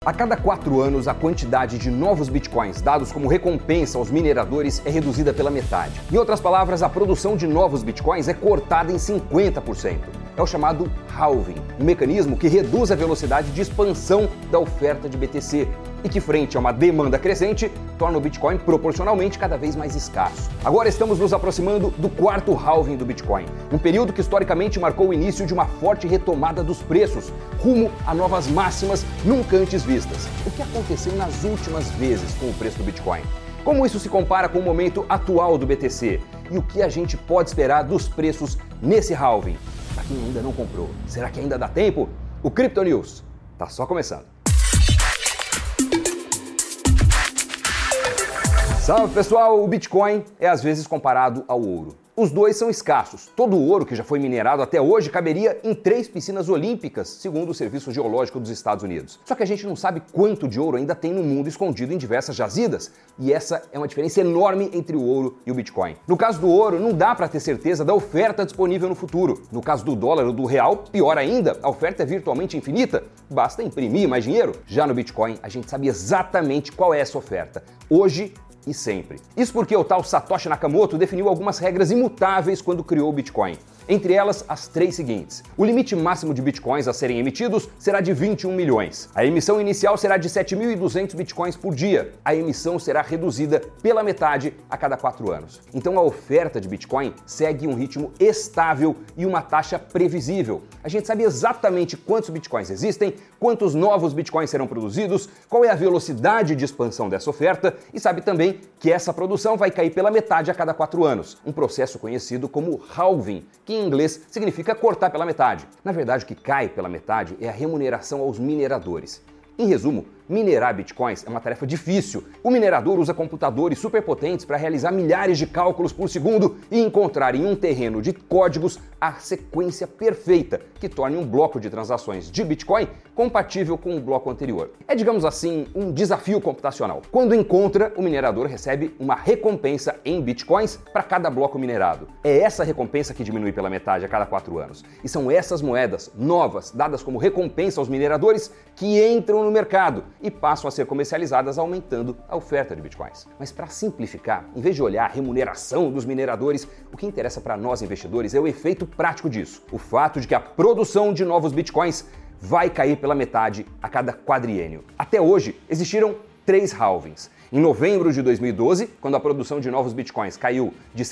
A cada 4 anos, a quantidade de novos bitcoins dados como recompensa aos mineradores é reduzida pela metade. Em outras palavras, a produção de novos bitcoins é cortada em 50%. É o chamado halving, um mecanismo que reduz a velocidade de expansão da oferta de BTC e que, frente a uma demanda crescente, torna o Bitcoin proporcionalmente cada vez mais escasso. Agora estamos nos aproximando do quarto halving do Bitcoin, um período que historicamente marcou o início de uma forte retomada dos preços, rumo a novas máximas nunca antes vistas. O que aconteceu nas últimas vezes com o preço do Bitcoin? Como isso se compara com o momento atual do BTC? E o que a gente pode esperar dos preços nesse halving? Para quem ainda não comprou, será que ainda dá tempo? O Crypto News está só começando. Salve pessoal, o Bitcoin é às vezes comparado ao ouro. Os dois são escassos. Todo o ouro que já foi minerado até hoje caberia em 3 piscinas olímpicas, segundo o Serviço Geológico dos Estados Unidos. Só que a gente não sabe quanto de ouro ainda tem no mundo escondido em diversas jazidas, e essa é uma diferença enorme entre o ouro e o Bitcoin. No caso do ouro, não dá para ter certeza da oferta disponível no futuro. No caso do dólar ou do real, pior ainda, a oferta é virtualmente infinita. Basta imprimir mais dinheiro. Já no Bitcoin, a gente sabe exatamente qual é essa oferta. Hoje e sempre. Isso porque o tal Satoshi Nakamoto definiu algumas regras imutáveis quando criou o Bitcoin. Entre elas, as 3 seguintes. O limite máximo de bitcoins a serem emitidos será de 21 milhões. A emissão inicial será de 7.200 bitcoins por dia. A emissão será reduzida pela metade a cada 4 anos. Então a oferta de Bitcoin segue um ritmo estável e uma taxa previsível. A gente sabe exatamente quantos bitcoins existem, quantos novos bitcoins serão produzidos, qual é a velocidade de expansão dessa oferta e sabe também que essa produção vai cair pela metade a cada 4 anos. Um processo conhecido como halving, que em inglês significa cortar pela metade. Na verdade, o que cai pela metade é a remuneração aos mineradores. Em resumo, minerar bitcoins é uma tarefa difícil. O minerador usa computadores superpotentes para realizar milhares de cálculos por segundo e encontrar em um terreno de códigos a sequência perfeita que torne um bloco de transações de Bitcoin compatível com o bloco anterior. É, digamos assim, um desafio computacional. Quando encontra, o minerador recebe uma recompensa em Bitcoins para cada bloco minerado. É essa recompensa que diminui pela metade a cada 4 anos. E são essas moedas novas, dadas como recompensa aos mineradores, que entram no mercado e passam a ser comercializadas, aumentando a oferta de bitcoins. Mas para simplificar, em vez de olhar a remuneração dos mineradores, o que interessa para nós investidores é o efeito prático disso. O fato de que a produção de novos bitcoins vai cair pela metade a cada quadriênio. Até hoje, existiram 3 halvings. Em novembro de 2012, quando a produção de novos bitcoins caiu de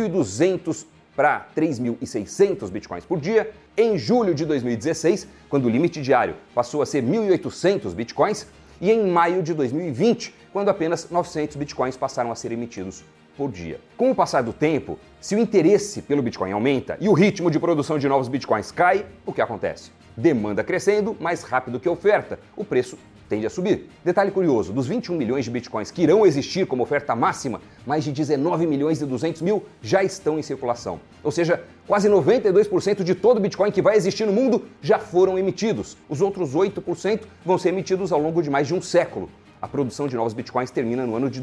7.200 para 3.600 bitcoins por dia, em julho de 2016, quando o limite diário passou a ser 1.800 bitcoins, e em maio de 2020, quando apenas 900 bitcoins passaram a ser emitidos por dia. Com o passar do tempo, se o interesse pelo Bitcoin aumenta e o ritmo de produção de novos bitcoins cai, o que acontece? Demanda crescendo mais rápido que a oferta, o preço tende a subir. Detalhe curioso, dos 21 milhões de bitcoins que irão existir como oferta máxima, mais de 19 milhões e 200 mil já estão em circulação. Ou seja, quase 92% de todo Bitcoin que vai existir no mundo já foram emitidos. Os outros 8% vão ser emitidos ao longo de mais de um século. A produção de novos Bitcoins termina no ano de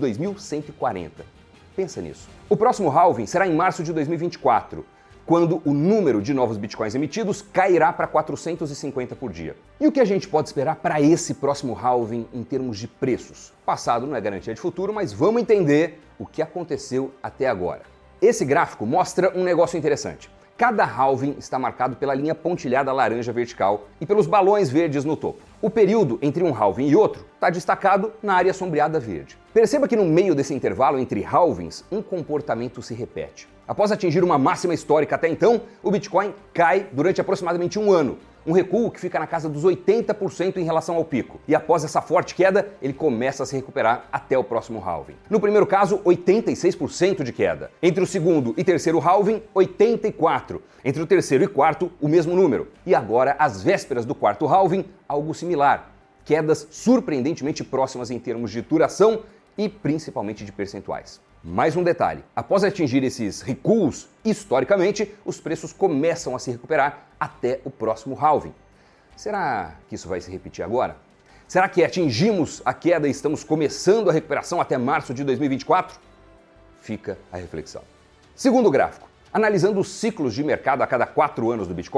2140. Pensa nisso. O próximo halving será em março de 2024. Quando o número de novos bitcoins emitidos cairá para 450 por dia. E o que a gente pode esperar para esse próximo halving em termos de preços? Passado não é garantia de futuro, mas vamos entender o que aconteceu até agora. Esse gráfico mostra um negócio interessante. Cada halving está marcado pela linha pontilhada laranja vertical e pelos balões verdes no topo. O período entre um halving e outro está destacado na área sombreada verde. Perceba que no meio desse intervalo entre halvings, um comportamento se repete. Após atingir uma máxima histórica até então, o Bitcoin cai durante aproximadamente um ano. Um recuo que fica na casa dos 80% em relação ao pico. E após essa forte queda, ele começa a se recuperar até o próximo halving. No primeiro caso, 86% de queda. Entre o segundo e terceiro halving, 84%. Entre o terceiro e quarto, o mesmo número. E agora, às vésperas do quarto halving, algo similar. Quedas surpreendentemente próximas em termos de duração e principalmente de percentuais. Mais um detalhe, após atingir esses recuos, historicamente, os preços começam a se recuperar até o próximo halving. Será que isso vai se repetir agora? Será que atingimos a queda e estamos começando a recuperação até março de 2024? Fica a reflexão. Segundo gráfico, analisando os ciclos de mercado a cada 4 anos do Bitcoin,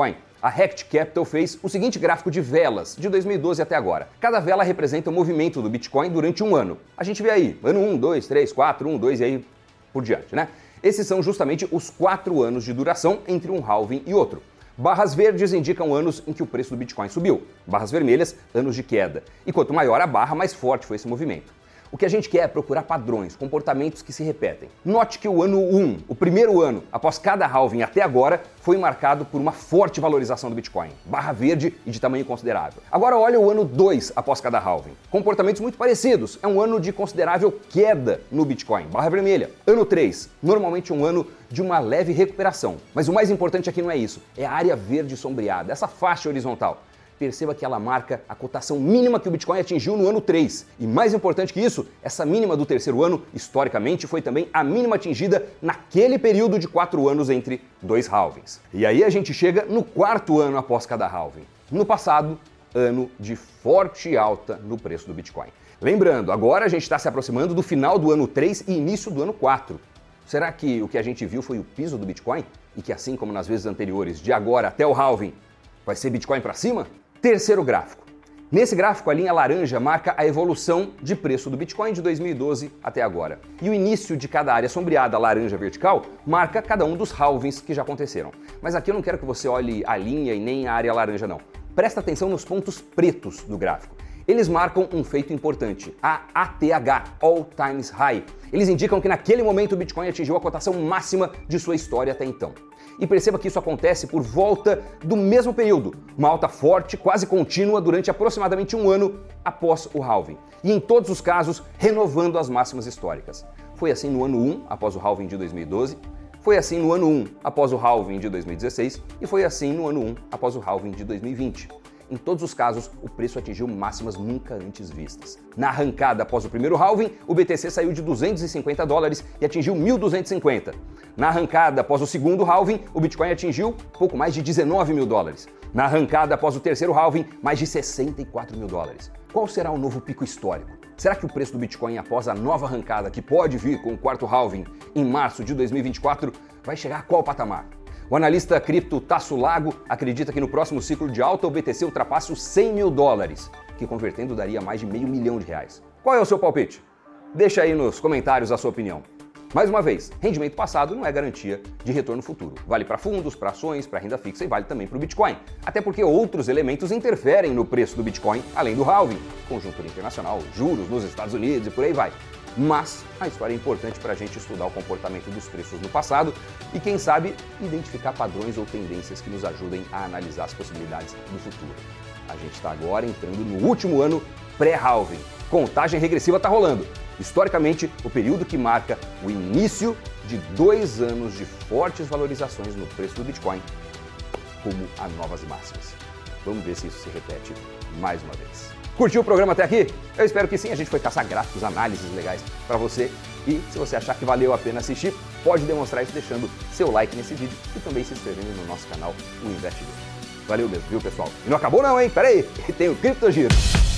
a Rekt Capital fez o seguinte gráfico de velas, de 2012 até agora. Cada vela representa o movimento do Bitcoin durante um ano. A gente vê aí, ano 1, 2, 3, 4, 1, 2 e aí por diante, né? Esses são justamente os 4 anos de duração entre um halving e outro. Barras verdes indicam anos em que o preço do Bitcoin subiu. Barras vermelhas, anos de queda. E quanto maior a barra, mais forte foi esse movimento. O que a gente quer é procurar padrões, comportamentos que se repetem. Note que o ano 1, o primeiro ano após cada halving até agora, foi marcado por uma forte valorização do Bitcoin, barra verde e de tamanho considerável. Agora olha o ano 2 após cada halving. Comportamentos muito parecidos, é um ano de considerável queda no Bitcoin, barra vermelha. Ano 3, normalmente um ano de uma leve recuperação. Mas o mais importante aqui não é isso, é a área verde sombreada, essa faixa horizontal. Perceba que ela marca a cotação mínima que o Bitcoin atingiu no ano 3. E mais importante que isso, essa mínima do terceiro ano, historicamente, foi também a mínima atingida naquele período de 4 anos entre 2 halvings. E aí a gente chega no 4º ano após cada halving. No passado, ano de forte alta no preço do Bitcoin. Lembrando, agora a gente está se aproximando do final do ano 3 e início do ano 4. Será que o que a gente viu foi o piso do Bitcoin? E que assim como nas vezes anteriores, de agora até o halving, vai ser Bitcoin para cima? Terceiro gráfico. Nesse gráfico, a linha laranja marca a evolução de preço do Bitcoin de 2012 até agora. E o início de cada área sombreada laranja vertical marca cada um dos halvings que já aconteceram. Mas aqui eu não quero que você olhe a linha e nem a área laranja, não. Presta atenção nos pontos pretos do gráfico. Eles marcam um feito importante, a ATH, All Times High. Eles indicam que naquele momento o Bitcoin atingiu a cotação máxima de sua história até então. E perceba que isso acontece por volta do mesmo período, uma alta forte, quase contínua, durante aproximadamente um ano após o halving. E em todos os casos, renovando as máximas históricas. Foi assim no ano 1, após o halving de 2012, foi assim no ano 1, após o halving de 2016, e foi assim no ano 1, após o halving de 2020. Em todos os casos, o preço atingiu máximas nunca antes vistas. Na arrancada após o primeiro halving, o BTC saiu de $250 e atingiu 1.250. Na arrancada após o segundo halving, o Bitcoin atingiu pouco mais de $19 mil. Na arrancada após o terceiro halving, mais de $64 mil. Qual será o novo pico histórico? Será que o preço do Bitcoin após a nova arrancada que pode vir com o quarto halving em março de 2024 vai chegar a qual patamar? O analista cripto Tasso Lago acredita que no próximo ciclo de alta o BTC ultrapasse os $100 mil, que convertendo daria mais de R$500 mil. Qual é o seu palpite? Deixa aí nos comentários a sua opinião. Mais uma vez, rendimento passado não é garantia de retorno futuro. Vale para fundos, para ações, para renda fixa e vale também para o Bitcoin. Até porque outros elementos interferem no preço do Bitcoin, além do halving. Conjuntura internacional, juros nos Estados Unidos e por aí vai. Mas a história é importante para a gente estudar o comportamento dos preços no passado e, quem sabe, identificar padrões ou tendências que nos ajudem a analisar as possibilidades do futuro. A gente está agora entrando no último ano pré-halving. Contagem regressiva está rolando. Historicamente, o período que marca o início de 2 anos de fortes valorizações no preço do Bitcoin, rumo a novas máximas. Vamos ver se isso se repete mais uma vez. Curtiu o programa até aqui? Eu espero que sim, a gente foi caçar gráficos, análises legais para você. E se você achar que valeu a pena assistir, pode demonstrar isso deixando seu like nesse vídeo e também se inscrevendo no nosso canal, o Investidor. Valeu mesmo, viu, pessoal? E não acabou não, hein? Pera aí, tem o CryptoGiro.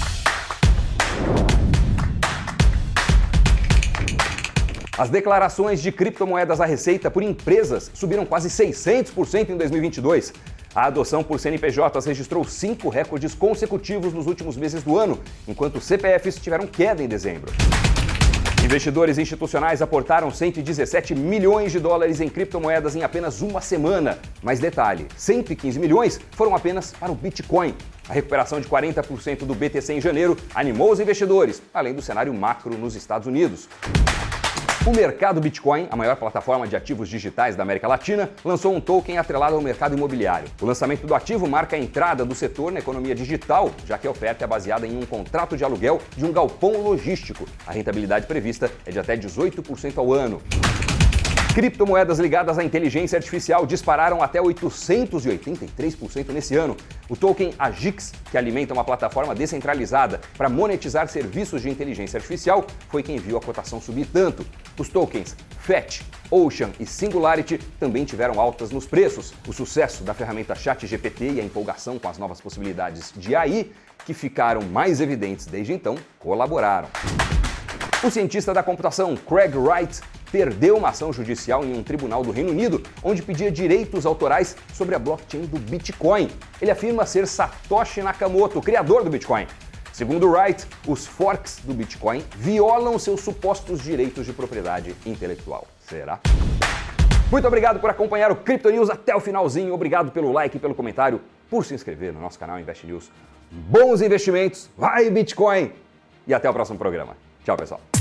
As declarações de criptomoedas à Receita por empresas subiram quase 600% em 2022. A adoção por CNPJs registrou 5 recordes consecutivos nos últimos meses do ano, enquanto CPFs tiveram queda em dezembro. Investidores institucionais aportaram $117 milhões em criptomoedas em apenas uma semana. Mas detalhe, 115 milhões foram apenas para o Bitcoin. A recuperação de 40% do BTC em janeiro animou os investidores, além do cenário macro nos Estados Unidos. O mercado Bitcoin, a maior plataforma de ativos digitais da América Latina, lançou um token atrelado ao mercado imobiliário. O lançamento do ativo marca a entrada do setor na economia digital, já que a oferta é baseada em um contrato de aluguel de um galpão logístico. A rentabilidade prevista é de até 18% ao ano. Criptomoedas ligadas à inteligência artificial dispararam até 883% nesse ano. O token AGIX, que alimenta uma plataforma descentralizada para monetizar serviços de inteligência artificial, foi quem viu a cotação subir tanto. Os tokens FET, Ocean e Singularity também tiveram altas nos preços. O sucesso da ferramenta ChatGPT e a empolgação com as novas possibilidades de AI, que ficaram mais evidentes desde então, colaboraram. O cientista da computação Craig Wright perdeu uma ação judicial em um tribunal do Reino Unido, onde pedia direitos autorais sobre a blockchain do Bitcoin. Ele afirma ser Satoshi Nakamoto, o criador do Bitcoin. Segundo Wright, os forks do Bitcoin violam seus supostos direitos de propriedade intelectual. Será? Muito obrigado por acompanhar o Crypto News até o finalzinho. Obrigado pelo like e pelo comentário, por se inscrever no nosso canal Invest News. Bons investimentos, vai Bitcoin! E até o próximo programa. Tchau, pessoal.